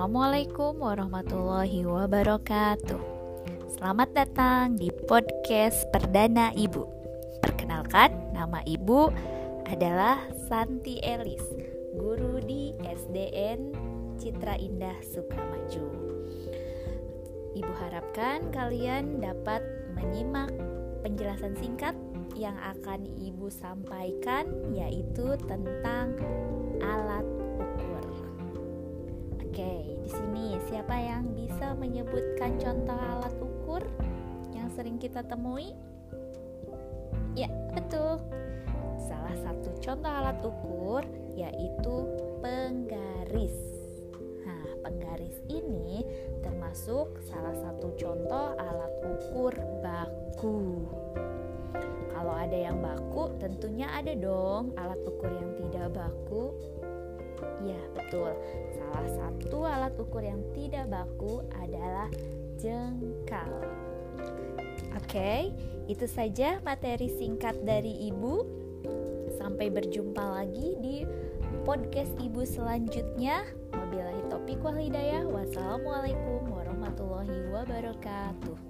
Assalamualaikum warahmatullahi wabarakatuh. Selamat datang di podcast perdana Ibu. Perkenalkan, nama Ibu adalah Santi Elis, guru di SDN Citra Indah Sukamaju. Ibu harapkan kalian dapat menyimak penjelasan singkat yang akan Ibu sampaikan, yaitu tentang alat ukur. Oke, di sini siapa yang bisa menyebutkan contoh alat ukur yang sering kita temui? Ya, betul. Salah satu contoh alat ukur yaitu penggaris. Nah, penggaris ini termasuk salah satu contoh alat ukur baku. Kalau ada yang baku, tentunya ada dong alat ukur yang tidak baku. Ya, betul. Salah satu alat ukur yang tidak baku adalah jengkal. Oke, itu saja materi singkat dari Ibu. Sampai berjumpa lagi di podcast Ibu selanjutnya. Wabillahi taufiq wal hidayah. Wassalamualaikum warahmatullahi wabarakatuh.